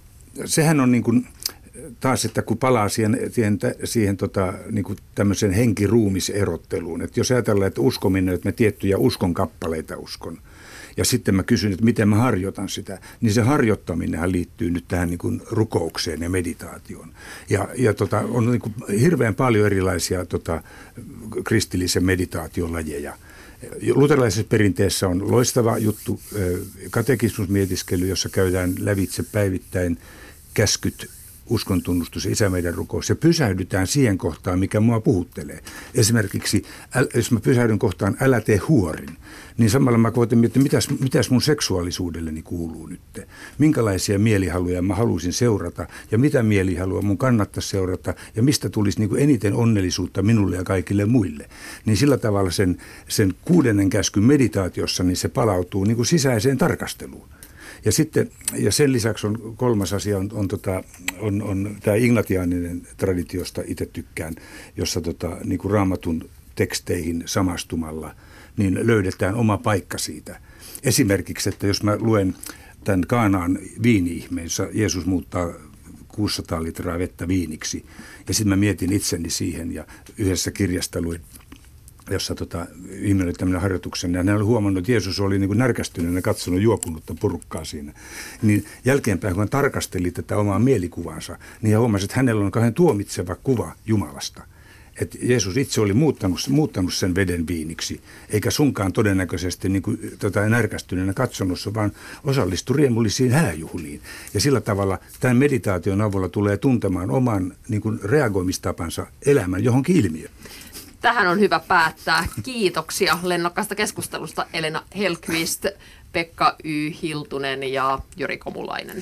sehän on niin kuin taas, että kun palaa siihen, siihen, siihen tota, niin kuin tämmöiseen henki-ruumis-erotteluun, että jos ajatellaan, että uskominen, että mä tiettyjä uskon kappaleita uskon, ja sitten mä kysyn, että miten mä harjoitan sitä, niin se harjoittaminenhan liittyy nyt tähän niin kuin rukoukseen ja meditaatioon. Ja, ja tota, on niin kuin hirveän paljon erilaisia tota, kristillisen meditaation lajeja. Luterilaisessa perinteessä on loistava juttu katekismusmietiskely, jossa käydään lävitse päivittäin käskyt, uskontunnustus ja isä meidän rukous. Ja pysähdytään siihen kohtaan, mikä mua puhuttelee. Esimerkiksi, jos mä pysähdyn kohtaan, älä tee huorin, niin samalla mä koitan miettiä, mitäs, mitäs mun seksuaalisuudelleni kuuluu nyt. Minkälaisia mielihaluja mä haluaisin seurata ja mitä mielihalua mun kannattaisi seurata ja mistä tulisi niin kuin eniten onnellisuutta minulle ja kaikille muille. Niin sillä tavalla sen, sen kuudennen käskyn meditaatiossa niin se palautuu niin kuin sisäiseen tarkasteluun. Ja sitten, ja sen lisäksi on kolmas asia, on, on, tota, on, on tämä ignatiaaninen traditiosta itse tykkään, jossa tota, niin kuin Raamatun teksteihin samastumalla, niin löydetään oma paikka siitä. Esimerkiksi, että jos mä luen tämän Kaanaan viini-ihmeen, jossa Jeesus muuttaa kuusisataa litraa vettä viiniksi, ja sitten mä mietin itseni siihen, ja yhdessä kirjasta luin, jossa tota, ihminen oli tämmöinen harjoituksen, ja hän oli huomannut, että Jeesus oli niin kuin närkästynyt ja katsonut juopunutta porukkaa siinä. Niin jälkeenpäin, kun hän tarkasteli tätä omaa mielikuvansa, niin hän huomasi, että hänellä on kauhean tuomitseva kuva Jumalasta. Että Jeesus itse oli muuttanut, muuttanut sen veden viiniksi, eikä sunkaan todennäköisesti niin kuin, tota, närkästyneenä katsonut, vaan osallistui riemullisiin hääjuhliin. Ja sillä tavalla tämän meditaation avulla tulee tuntemaan oman niin kuin reagoimistapansa elämän johonkin ilmiöön. Tähän on hyvä päättää. Kiitoksia lennokkaasta keskustelusta Elina Hellqvist, Pekka Y. Hiltunen ja Jori Komulainen.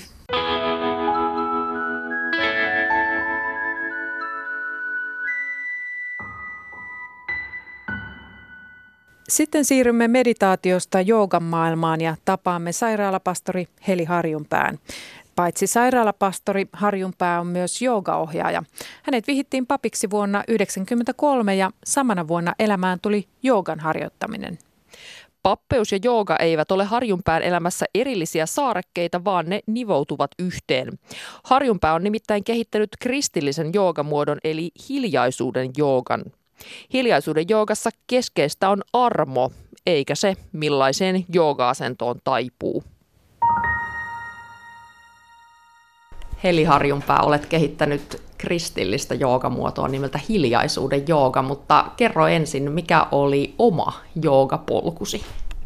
Sitten siirrymme meditaatiosta joogan maailmaan ja tapaamme sairaalapastori Heli Harjunpään. Paitsi sairaalapastori, Harjunpää on myös joogaohjaaja. Hänet vihittiin papiksi vuonna yhdeksänkymmentäkolme ja samana vuonna elämään tuli joogan harjoittaminen. Pappeus ja jooga eivät ole Harjunpään elämässä erillisiä saarekkeita, vaan ne nivoutuvat yhteen. Harjunpää on nimittäin kehittänyt kristillisen joogamuodon eli hiljaisuuden joogan. Hiljaisuuden joogassa keskeistä on armo, eikä se, millaiseen jooga-asentoon taipuu. Heli Harjunpää, olet kehittänyt kristillistä joogamuotoa nimeltä hiljaisuuden jooga, mutta kerro ensin, mikä oli oma joogapolkusi?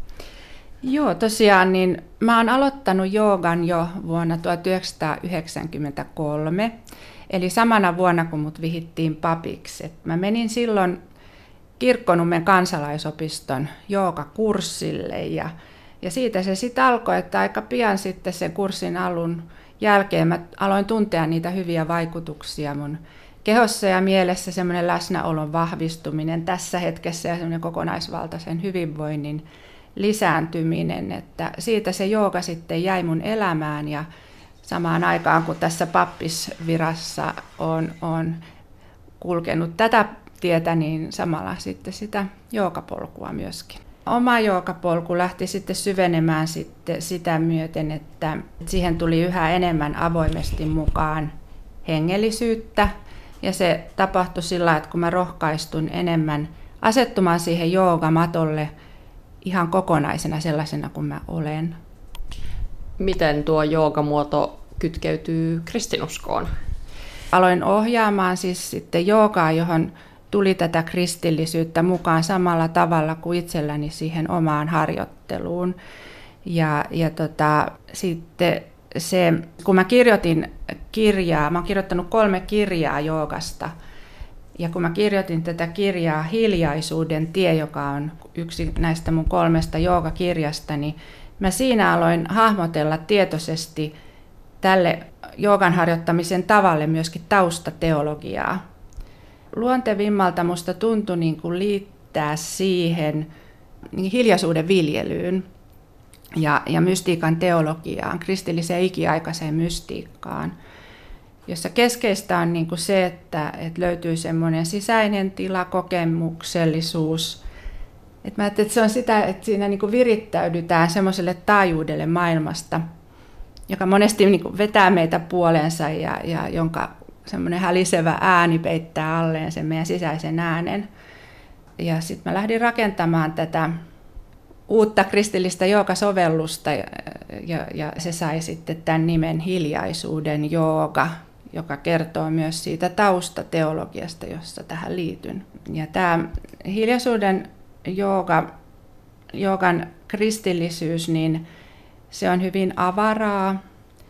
Joo, tosiaan niin mä oon aloittanut joogan jo vuonna tuhatyhdeksänsataayhdeksänkymmentäkolme, eli samana vuonna kun mut vihittiin papiksi. Et mä menin silloin Kirkkonummen kansalaisopiston joogakurssille ja, ja siitä se sitten alkoi, että aika pian sitten sen kurssin alun jälkeen mä aloin tuntea niitä hyviä vaikutuksia mun kehossa ja mielessä, semmoinen läsnäolon vahvistuminen tässä hetkessä ja semmoinen kokonaisvaltaisen hyvinvoinnin lisääntyminen, että siitä se jooga sitten jäi mun elämään ja samaan aikaan kun tässä pappisvirassa on, on kulkenut tätä tietä, niin samalla sitten sitä joogapolkua myöskin. Oma joogapolku lähti sitten syvenemään sitten sitä myöten, että siihen tuli yhä enemmän avoimesti mukaan hengellisyyttä. Ja se tapahtui sillä, että kun mä rohkaistun enemmän asettumaan siihen joogamatolle ihan kokonaisena sellaisena kuin mä olen. Miten tuo joogamuoto kytkeytyy kristinuskoon? Aloin ohjaamaan siis sitten joogaa, johon tuli tätä kristillisyyttä mukaan samalla tavalla kuin itselläni siihen omaan harjoitteluun. Ja, ja tota, sitten se, kun mä kirjoitin kirjaa, mä oon kirjoittanut kolme kirjaa joogasta, ja kun mä kirjoitin tätä kirjaa Hiljaisuuden tie, joka on yksi näistä mun kolmesta joogakirjasta, niin mä siinä aloin hahmotella tietoisesti tälle joogan harjoittamisen tavalle myöskin taustateologiaa. Luontevimmalta musta tuntui niin kuin liittää siihen niin hiljaisuuden viljelyyn ja, ja mystiikan teologiaan, kristilliseen ikiaikaiseen mystiikkaan, jossa keskeistä on niin kuin se, että, että löytyy semmoinen sisäinen tila, kokemuksellisuus. Et mä ajattelin, että se on sitä, että siinä niin kuin virittäydytään semmoiselle taajuudelle maailmasta, joka monesti niin kuin vetää meitä puoleensa ja, ja jonka semmoinen hälisevä ääni peittää alleen sen meidän sisäisen äänen. Ja sitten mä lähdin rakentamaan tätä uutta kristillistä joogasovellusta ja, ja, ja se sai sitten tämän nimen Hiljaisuuden jooga, joka kertoo myös siitä taustateologiasta, jossa tähän liityn. Ja tämä hiljaisuuden jooga, joogan kristillisyys, niin se on hyvin avaraa.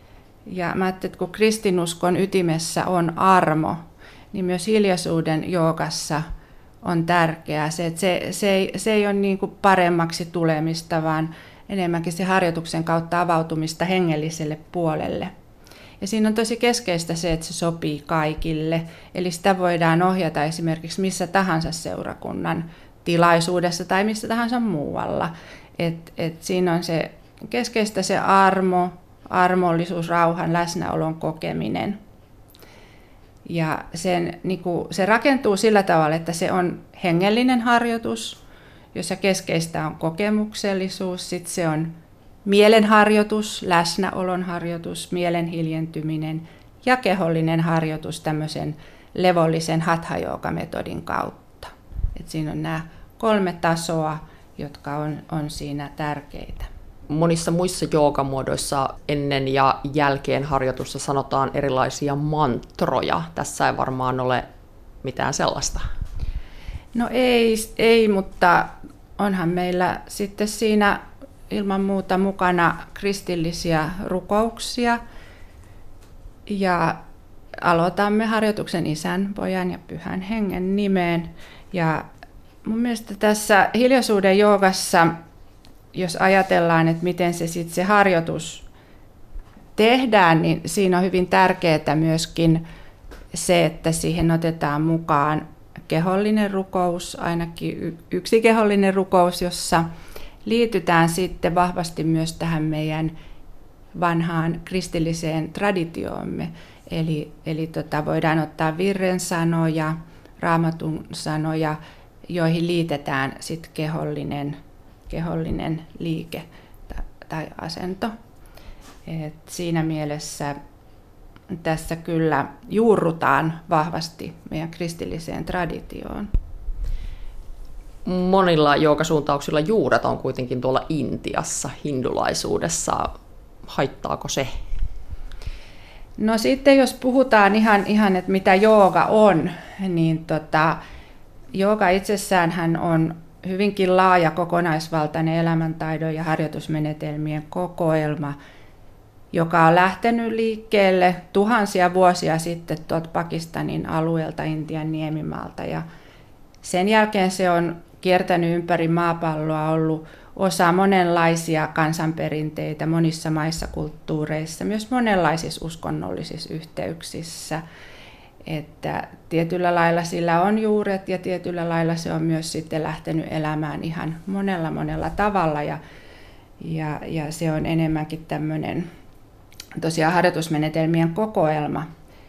Ja mä ajattelin, että kun kristinuskon ytimessä on armo, niin myös hiljaisuuden joogassa on tärkeää se, että se, se, ei, se ei ole niin kuin paremmaksi tulemista, vaan enemmänkin se harjoituksen kautta avautumista hengelliselle puolelle. Ja siinä on tosi keskeistä se, että se sopii kaikille. Eli sitä voidaan ohjata esimerkiksi missä tahansa seurakunnan tilaisuudessa tai missä tahansa muualla. Et, et siinä on se keskeistä se armo, armollisuus, rauhan, läsnäolon kokeminen. Ja sen, niin kuin, se rakentuu sillä tavalla, että se on hengellinen harjoitus, jossa keskeistä on kokemuksellisuus, sitten se on mielenharjoitus, läsnäolon harjoitus, mielen hiljentyminen ja kehollinen harjoitus tämmöisen levollisen hatha-jooga-metodin kautta. Et siinä on nämä kolme tasoa, jotka on, on siinä tärkeitä. Monissa muissa joogamuodoissa ennen ja jälkeen harjoitusta sanotaan erilaisia mantroja. Tässä ei varmaan ole mitään sellaista. No ei, ei, mutta onhan meillä sitten siinä ilman muuta mukana kristillisiä rukouksia. Ja aloitamme harjoituksen Isän, Pojan ja Pyhän Hengen nimeen. Ja mun mielestä tässä hiljaisuuden joogassa, jos ajatellaan, että miten se, sit se harjoitus tehdään, niin siinä on hyvin tärkeää myöskin se, että siihen otetaan mukaan kehollinen rukous, ainakin yksi kehollinen rukous, jossa liitytään sitten vahvasti myös tähän meidän vanhaan kristilliseen traditioomme. Eli, eli tota, voidaan ottaa virren sanoja, raamatun sanoja, joihin liitetään sitten kehollinen, kehollinen liike tai asento. Et siinä mielessä tässä kyllä juurrutaan vahvasti meidän kristilliseen traditioon. Monilla joogasuuntauksilla juuret on kuitenkin tuolla Intiassa, hindulaisuudessa. Haittaako se? No sitten jos puhutaan ihan, ihan että mitä jooga on, niin tota, jooga itsessään hän on hyvinkin laaja kokonaisvaltainen elämäntaidon ja harjoitusmenetelmien kokoelma, joka on lähtenyt liikkeelle tuhansia vuosia sitten tuolta Pakistanin alueelta, Intian niemimaalta. Ja sen jälkeen se on kiertänyt ympäri maapalloa, ollut osa monenlaisia kansanperinteitä monissa maissa, kulttuureissa, myös monenlaisissa uskonnollisissa yhteyksissä. Että tietyllä lailla sillä on juuret ja tietyllä lailla se on myös sitten lähtenyt elämään ihan monella monella tavalla. Ja, ja, ja se on enemmänkin tämmöinen tosiaan harjoitusmenetelmien kokoelma.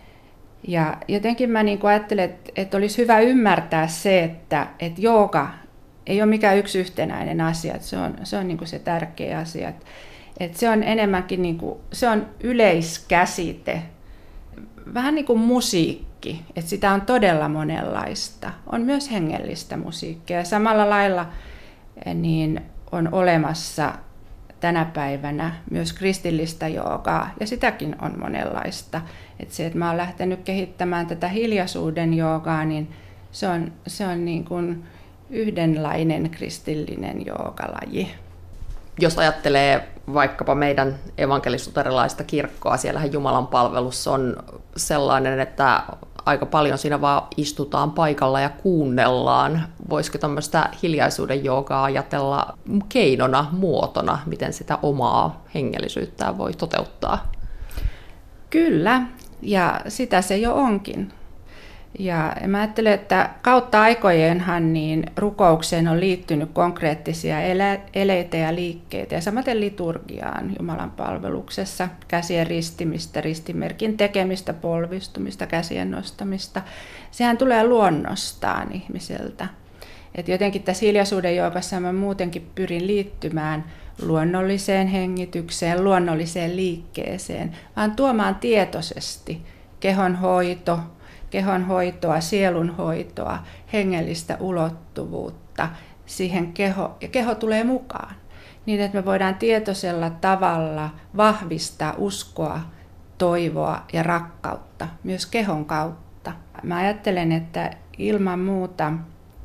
Ja jotenkin mä niin kuin ajattelen, että, että olisi hyvä ymmärtää se, että, että jooga ei ole mikään yksi yhtenäinen asia. Että se on, se on niin kuin se tärkeä asia. Että, että se on enemmänkin niin kuin, se on yleiskäsite. Vähän niin kuin musiikki, että sitä on todella monenlaista. On myös hengellistä musiikkia ja samalla lailla niin on olemassa tänä päivänä myös kristillistä joogaa ja sitäkin on monenlaista. Että se, että mä oon lähtenyt kehittämään tätä hiljaisuuden joogaa, niin se on, se on niin kuin yhdenlainen kristillinen joogalaji. Jos ajattelee vaikkapa meidän evankelis-luterilaista kirkkoa, siellähän Jumalan palvelus on sellainen, että aika paljon siinä vaan istutaan paikalla ja kuunnellaan. Voisiko tämmöistä hiljaisuuden joogaa ajatella keinona, muotona, miten sitä omaa hengellisyyttään voi toteuttaa? Kyllä, ja sitä se jo onkin. Ja mä ajattelen, että kautta aikojenhan niin rukoukseen on liittynyt konkreettisia ele- eleitä ja liikkeitä ja samaten liturgiaan Jumalan palveluksessa, käsien ristimistä, ristimerkin tekemistä, polvistumista, käsien nostamista. Sehän tulee luonnostaan ihmiseltä. Et jotenkin tässä hiljaisuuden joogassa mä muutenkin pyrin liittymään luonnolliseen hengitykseen, luonnolliseen liikkeeseen, vaan tuomaan tietoisesti kehon hoito, kehon hoitoa, sielun hoitoa, hengellistä ulottuvuutta siihen keho, ja keho tulee mukaan, niin että me voidaan tietoisella tavalla vahvistaa uskoa, toivoa ja rakkautta myös kehon kautta. Mä ajattelen, että ilman muuta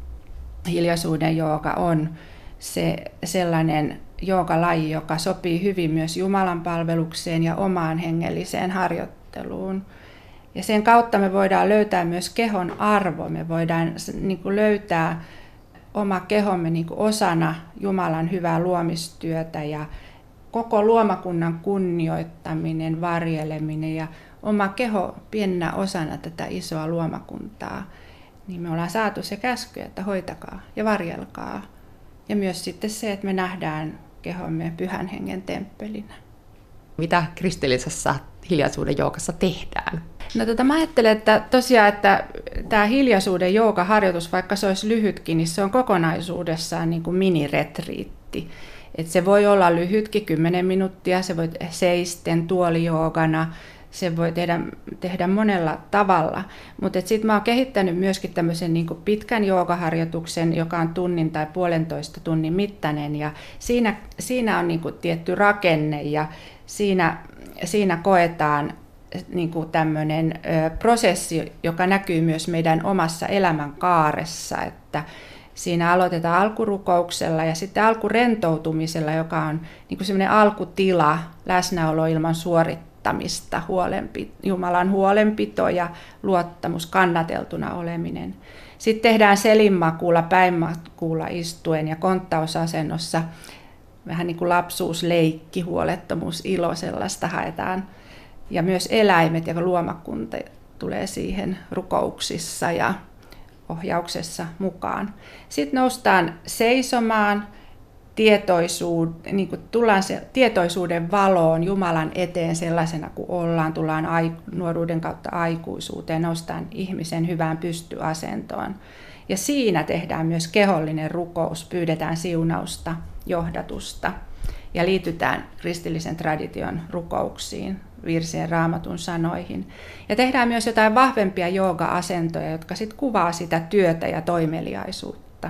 hiljaisuuden jooga on se sellainen joogalaji, joka sopii hyvin myös Jumalan palvelukseen ja omaan hengelliseen harjoitteluun. Ja sen kautta me voidaan löytää myös kehon arvo, me voidaan niin kuin löytää oma kehomme niin kuin osana Jumalan hyvää luomistyötä ja koko luomakunnan kunnioittaminen, varjeleminen ja oma keho pienenä osana tätä isoa luomakuntaa. Niin me ollaan saatu se käsky, että hoitakaa ja varjelkaa. Ja myös sitten se, että me nähdään kehomme pyhän hengen temppelinä. Mitä kristillisessä hiljaisuuden joogassa tehdään? No tota, mä ajattelen, että tosiaan, että tämä hiljaisuuden joogaharjoitus, vaikka se olisi lyhytkin, niin se on kokonaisuudessaan niin kuin miniretriitti. Et se voi olla lyhytkin, kymmenen minuuttia, se voi seisten tuolijoogana, se voi tehdä, tehdä monella tavalla. Mutta sitten mä oon kehittänyt myöskin tämmöisen niin kuin pitkän joogaharjoituksen, joka on tunnin tai puolentoista tunnin mittainen. Ja siinä, siinä on niin kuin tietty rakenne ja siinä, siinä koetaan niin kuin tämmöinen ö, prosessi, joka näkyy myös meidän omassa elämänkaaressa, että siinä aloitetaan alkurukouksella ja sitten alkurentoutumisella, joka on niin kuin semmoinen alkutila, läsnäolo ilman suorittamista, huolenpito, Jumalan huolenpito ja luottamus, kannateltuna oleminen. Sitten tehdään selinmakuulla, päinmakuulla istuen ja konttausasennossa vähän niin kuin lapsuusleikki, huolettomuus, ilo, sellaista haetaan. Ja myös eläimet ja luomakunta tulee siihen rukouksissa ja ohjauksessa mukaan. Sitten noustaan seisomaan, tietoisuud, niin kuin tullaan se, tietoisuuden valoon Jumalan eteen sellaisena kuin ollaan, tullaan ai, nuoruuden kautta aikuisuuteen, noustaan ihmisen hyvään pystyasentoon. Ja siinä tehdään myös kehollinen rukous, pyydetään siunausta, johdatusta ja liitytään kristillisen tradition rukouksiin, virsien Raamatun sanoihin. Ja tehdään myös jotain vahvempia jooga-asentoja, jotka sitten kuvaa sitä työtä ja toimeliaisuutta.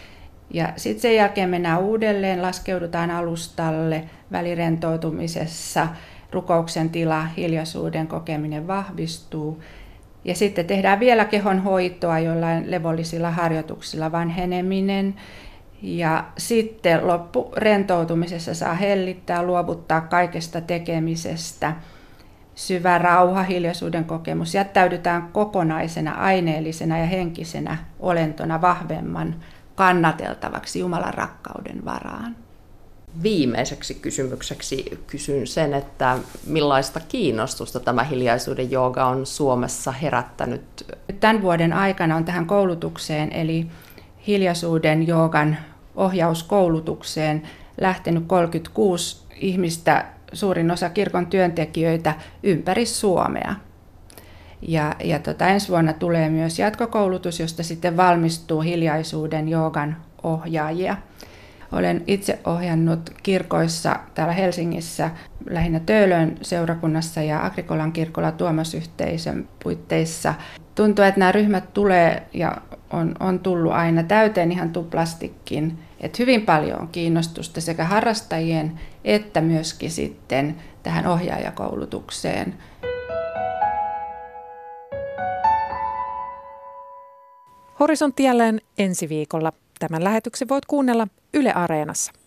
Ja sitten sen jälkeen mennään uudelleen, laskeudutaan alustalle välirentoutumisessa, rukouksen tila, hiljaisuuden kokeminen vahvistuu. Ja sitten tehdään vielä kehon hoitoa jollain levollisilla harjoituksilla, vanheneminen. Ja sitten loppurentoutumisessa saa hellittää, luovuttaa kaikesta tekemisestä. Syvä rauha, hiljaisuuden kokemus. Jättäydytään kokonaisena, aineellisena ja henkisenä olentona vahvemman kannateltavaksi Jumalan rakkauden varaan. Viimeiseksi kysymykseksi kysyn sen, että millaista kiinnostusta tämä hiljaisuuden jooga on Suomessa herättänyt? Tämän vuoden aikana on tähän koulutukseen, eli hiljaisuuden joogan ohjauskoulutukseen lähtenyt kolmekymmentäkuusi ihmistä, suurin osa kirkon työntekijöitä ympäri Suomea. Ja, ja tota, ensi vuonna tulee myös jatkokoulutus, josta sitten valmistuu hiljaisuuden joogan ohjaajia. Olen itse ohjannut kirkoissa täällä Helsingissä, lähinnä Töölön seurakunnassa ja Agrikolan kirkolla Tuomasyhteisön puitteissa. Tuntuu, että nämä ryhmät tulee ja on, on tullut aina täyteen ihan tuplastikin. Että hyvin paljon on kiinnostusta sekä harrastajien että myöskin sitten tähän ohjaajakoulutukseen. Horisontti jälleen ensi viikolla. Tämän lähetyksen voit kuunnella Yle Areenassa.